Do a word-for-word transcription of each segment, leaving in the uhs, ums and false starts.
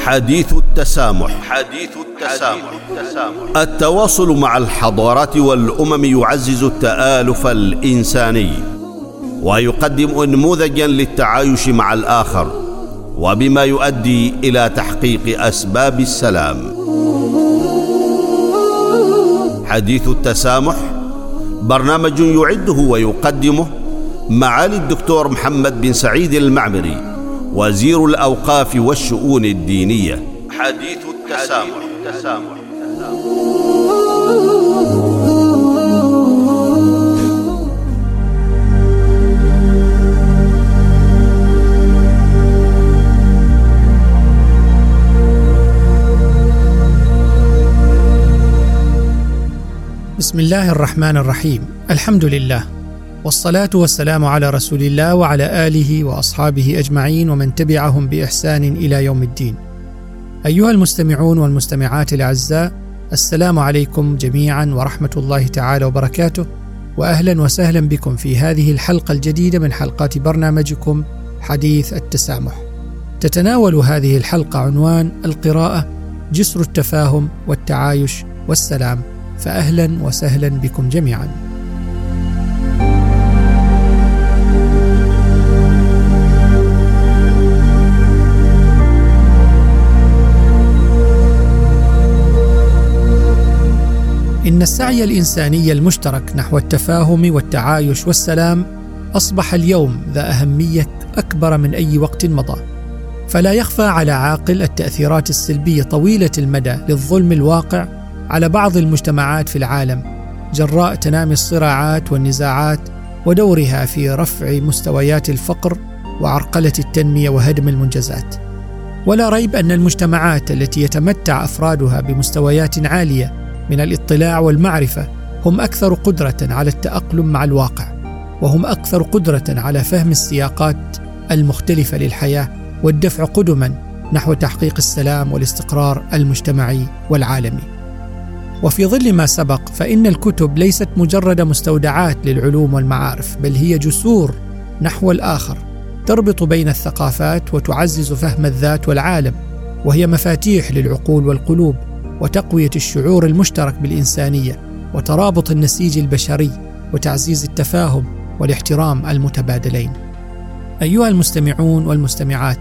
حديث التسامح. حديث التسامح. التواصل مع الحضارات والأمم يعزز التآلف الإنساني ويقدم نموذجا للتعايش مع الآخر، وبما يؤدي إلى تحقيق أسباب السلام. حديث التسامح برنامج يعده ويقدمه معالي الدكتور محمد بن سعيد المعمري، وزير الأوقاف والشؤون الدينية. حديث التسامح. بسم الله الرحمن الرحيم. الحمد لله، والصلاة والسلام على رسول الله وعلى آله وأصحابه أجمعين ومن تبعهم بإحسان إلى يوم الدين. أيها المستمعون والمستمعات الأعزاء، السلام عليكم جميعا ورحمة الله تعالى وبركاته، وأهلا وسهلا بكم في هذه الحلقة الجديدة من حلقات برنامجكم حديث التسامح. تتناول هذه الحلقة عنوان القراءة جسر التفاهم والتعايش والسلام، فأهلا وسهلا بكم جميعا. إن السعي الإنساني المشترك نحو التفاهم والتعايش والسلام أصبح اليوم ذا أهمية أكبر من أي وقت مضى، فلا يخفى على عاقل التأثيرات السلبية طويلة المدى للظلم الواقع على بعض المجتمعات في العالم جراء تنامي الصراعات والنزاعات ودورها في رفع مستويات الفقر وعرقلة التنمية وهدم المنجزات. ولا ريب أن المجتمعات التي يتمتع أفرادها بمستويات عالية من الاطلاع والمعرفة هم أكثر قدرة على التأقلم مع الواقع، وهم أكثر قدرة على فهم السياقات المختلفة للحياة والدفع قدما نحو تحقيق السلام والاستقرار المجتمعي والعالمي. وفي ظل ما سبق، فإن الكتب ليست مجرد مستودعات للعلوم والمعارف، بل هي جسور نحو الآخر تربط بين الثقافات وتعزز فهم الذات والعالم، وهي مفاتيح للعقول والقلوب وتقوية الشعور المشترك بالإنسانية وترابط النسيج البشري وتعزيز التفاهم والاحترام المتبادلين. أيها المستمعون والمستمعات،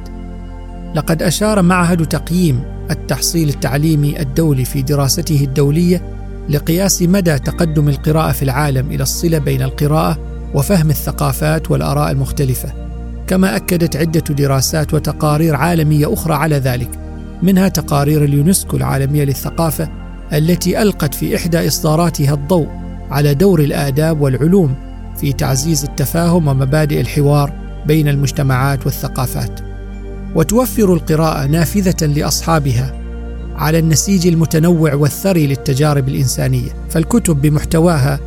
لقد أشار معهد تقييم التحصيل التعليمي الدولي في دراسته الدولية لقياس مدى تقدم القراءة في العالم إلى الصلة بين القراءة وفهم الثقافات والآراء المختلفة، كما أكدت عدة دراسات وتقارير عالمية أخرى على ذلك، منها تقارير اليونسكو العالمية للثقافة التي ألقت في إحدى إصداراتها الضوء على دور الآداب والعلوم في تعزيز التفاهم ومبادئ الحوار بين المجتمعات والثقافات. وتوفر القراءة نافذة لأصحابها على النسيج المتنوع والثري للتجارب الإنسانية، فالكتب بمحتواها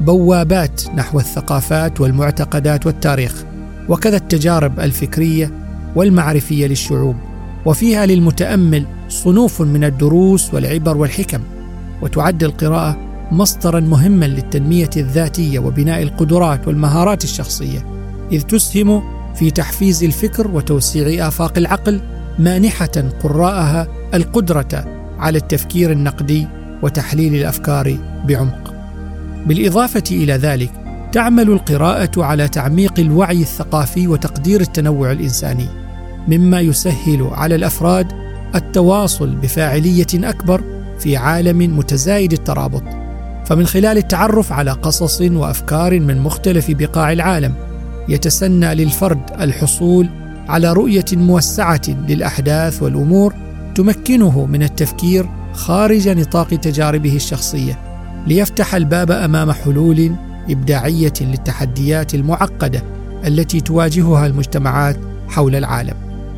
بوابات نحو الثقافات والمعتقدات والتاريخ، وكذا التجارب الفكرية والمعرفية للشعوب، وفيها للمتأمل صنوف من الدروس والعبر والحكم. وتعد القراءة مصدرا مهما للتنمية الذاتية وبناء القدرات والمهارات الشخصية، إذ تسهم في تحفيز الفكر وتوسيع آفاق العقل، مانحة قراءها القدرة على التفكير النقدي وتحليل الأفكار بعمق. بالإضافة إلى ذلك، تعمل القراءة على تعميق الوعي الثقافي وتقدير التنوع الإنساني، مما يسهل على الأفراد التواصل بفاعلية أكبر في عالم متزايد الترابط. فمن خلال التعرف على قصص وأفكار من مختلف بقاع العالم، يتسنى للفرد الحصول على رؤية موسعة للأحداث والأمور تمكنه من التفكير خارج نطاق تجاربه الشخصية، ليفتح الباب أمام حلول إبداعية للتحديات المعقدة التي تواجهها المجتمعات حول العالم.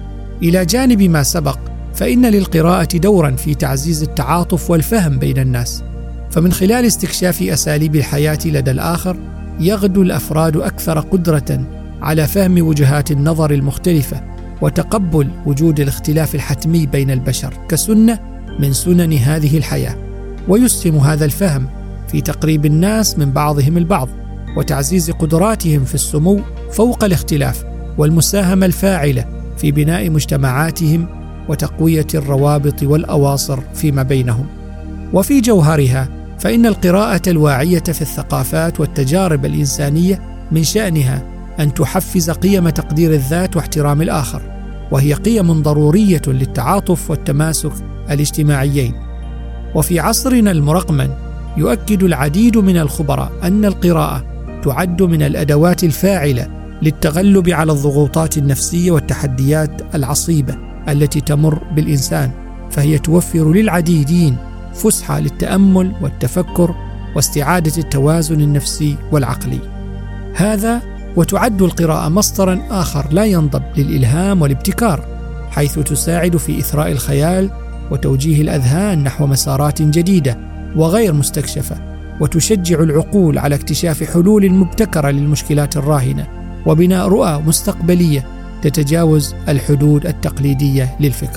إلى جانب ما سبق، فإن للقراءة دورا في تعزيز التعاطف والفهم بين الناس، فمن خلال استكشاف أساليب الحياة لدى الآخر يغدو الأفراد أكثر قدرة على فهم وجهات النظر المختلفة وتقبل وجود الاختلاف الحتمي بين البشر كسنة من سنن هذه الحياة، ويسهم هذا الفهم في تقريب الناس من بعضهم البعض وتعزيز قدراتهم في السمو فوق الاختلاف والمساهمة الفاعلة في بناء مجتمعاتهم وتقوية الروابط والأواصر فيما بينهم. وفي جوهرها فإن القراءة الواعية في الثقافات والتجارب الإنسانية من شأنها أن تحفز قيم تقدير الذات واحترام الآخر، وهي قيم ضرورية للتعاطف والتماسك الاجتماعيين. وفي عصرنا المرقمن يؤكد العديد من الخبراء أن القراءة تعد من الأدوات الفاعلة للتغلب على الضغوطات النفسية والتحديات العصيبة التي تمر بالإنسان، فهي توفر للعديدين فسحة للتأمل والتفكر واستعادة التوازن النفسي والعقلي. هذا وتعد القراءة مصدراً آخر لا ينضب للإلهام والابتكار، حيث تساعد في إثراء الخيال وتوجيه الأذهان نحو مسارات جديدة وغير مستكشفة، وتشجع العقول على اكتشاف حلول مبتكرة للمشكلات الراهنة وبناء رؤى مستقبلية تتجاوز الحدود التقليدية للفكر.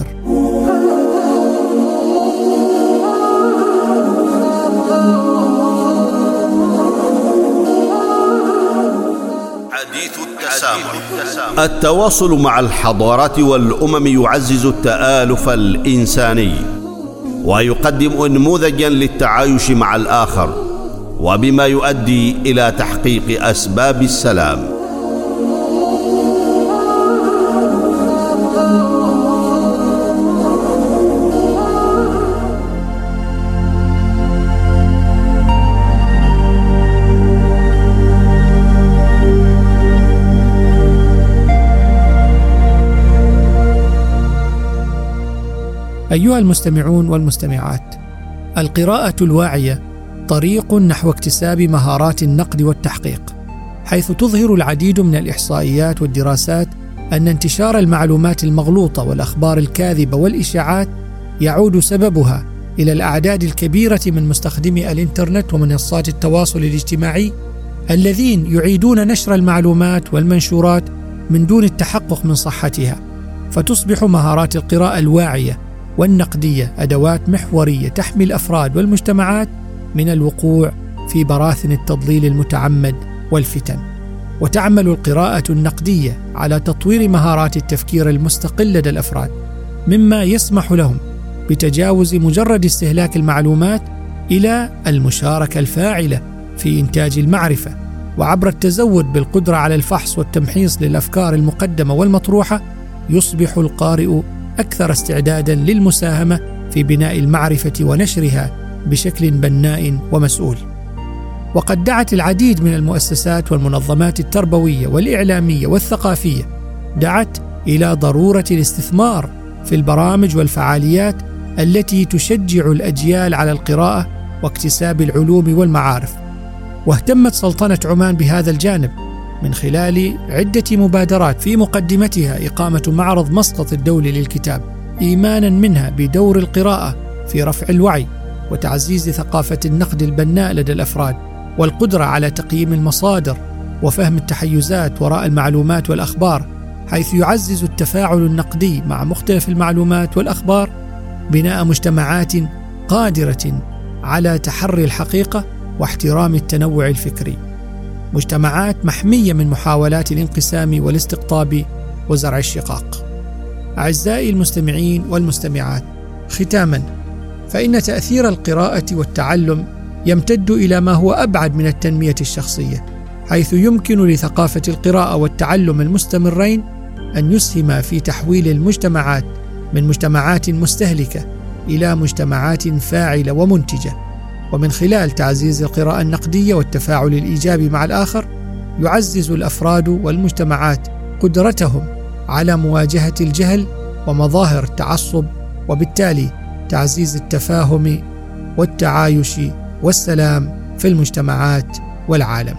حديث التسامح. التواصل مع الحضارات والأمم يعزز التآلف الإنساني ويقدم نموذجاً للتعايش مع الآخر، وبما يؤدي إلى تحقيق أسباب السلام. أيها المستمعون والمستمعات، القراءة الواعية طريق نحو اكتساب مهارات النقد والتحقيق، حيث تظهر العديد من الإحصائيات والدراسات أن انتشار المعلومات المغلوطة والأخبار الكاذبة والإشاعات يعود سببها إلى الأعداد الكبيرة من مستخدمي الإنترنت ومنصات التواصل الاجتماعي الذين يعيدون نشر المعلومات والمنشورات من دون التحقق من صحتها، فتصبح مهارات القراءة الواعية والنقدية أدوات محورية تحمي الأفراد والمجتمعات من الوقوع في براثن التضليل المتعمد والفتن. وتعمل القراءة النقدية على تطوير مهارات التفكير المستقل لدى الأفراد، مما يسمح لهم بتجاوز مجرد استهلاك المعلومات إلى المشاركة الفاعلة في إنتاج المعرفة، وعبر التزود بالقدرة على الفحص والتمحيص للأفكار المقدمة والمطروحة يصبح القارئ أكثر استعداداً للمساهمة في بناء المعرفة ونشرها بشكل بناء ومسؤول. وقد دعت العديد من المؤسسات والمنظمات التربوية والإعلامية والثقافية دعت إلى ضرورة الاستثمار في البرامج والفعاليات التي تشجع الأجيال على القراءة واكتساب العلوم والمعارف. واهتمت سلطنة عمان بهذا الجانب من خلال عدة مبادرات، في مقدمتها إقامة معرض مسقط الدولي للكتاب، إيمانا منها بدور القراءة في رفع الوعي وتعزيز ثقافة النقد البناء لدى الأفراد، والقدرة على تقييم المصادر وفهم التحيزات وراء المعلومات والأخبار، حيث يعزز التفاعل النقدي مع مختلف المعلومات والأخبار بناء مجتمعات قادرة على تحري الحقيقة واحترام التنوع الفكري، مجتمعات محمية من محاولات الانقسام والاستقطاب وزرع الشقاق. أعزائي المستمعين والمستمعات، ختاماً، فإن تأثير القراءة والتعلم يمتد إلى ما هو أبعد من التنمية الشخصية، حيث يمكن لثقافة القراءة والتعلم المستمرين أن يسهم في تحويل المجتمعات من مجتمعات مستهلكة إلى مجتمعات فاعلة ومنتجة. ومن خلال تعزيز القراءة النقدية والتفاعل الإيجابي مع الآخر يعزز الأفراد والمجتمعات قدرتهم على مواجهة الجهل ومظاهر التعصب، وبالتالي تعزيز التفاهم والتعايش والسلام في المجتمعات والعالم.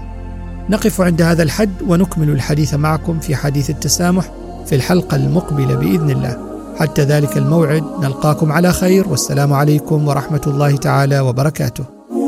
نقف عند هذا الحد ونكمل الحديث معكم في حديث التسامح في الحلقة المقبلة بإذن الله. حتى ذلك الموعد نلقاكم على خير، والسلام عليكم ورحمة الله تعالى وبركاته.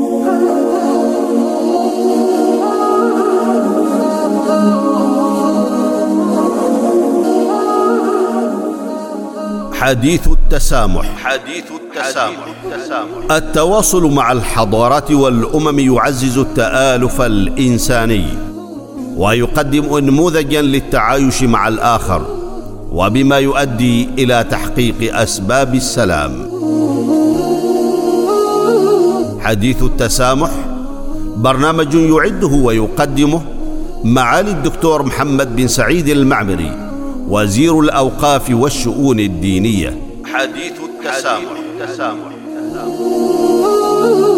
حديث التسامح. حديث التسامح. التواصل مع الحضارات والأمم يعزز التآلف الإنساني ويقدم نموذجاً للتعايش مع الآخر، وبما يؤدي إلى تحقيق أسباب السلام. حديث التسامح برنامج يعده ويقدمه معالي الدكتور محمد بن سعيد المعمري، وزير الأوقاف والشؤون الدينية. حديث التسامح.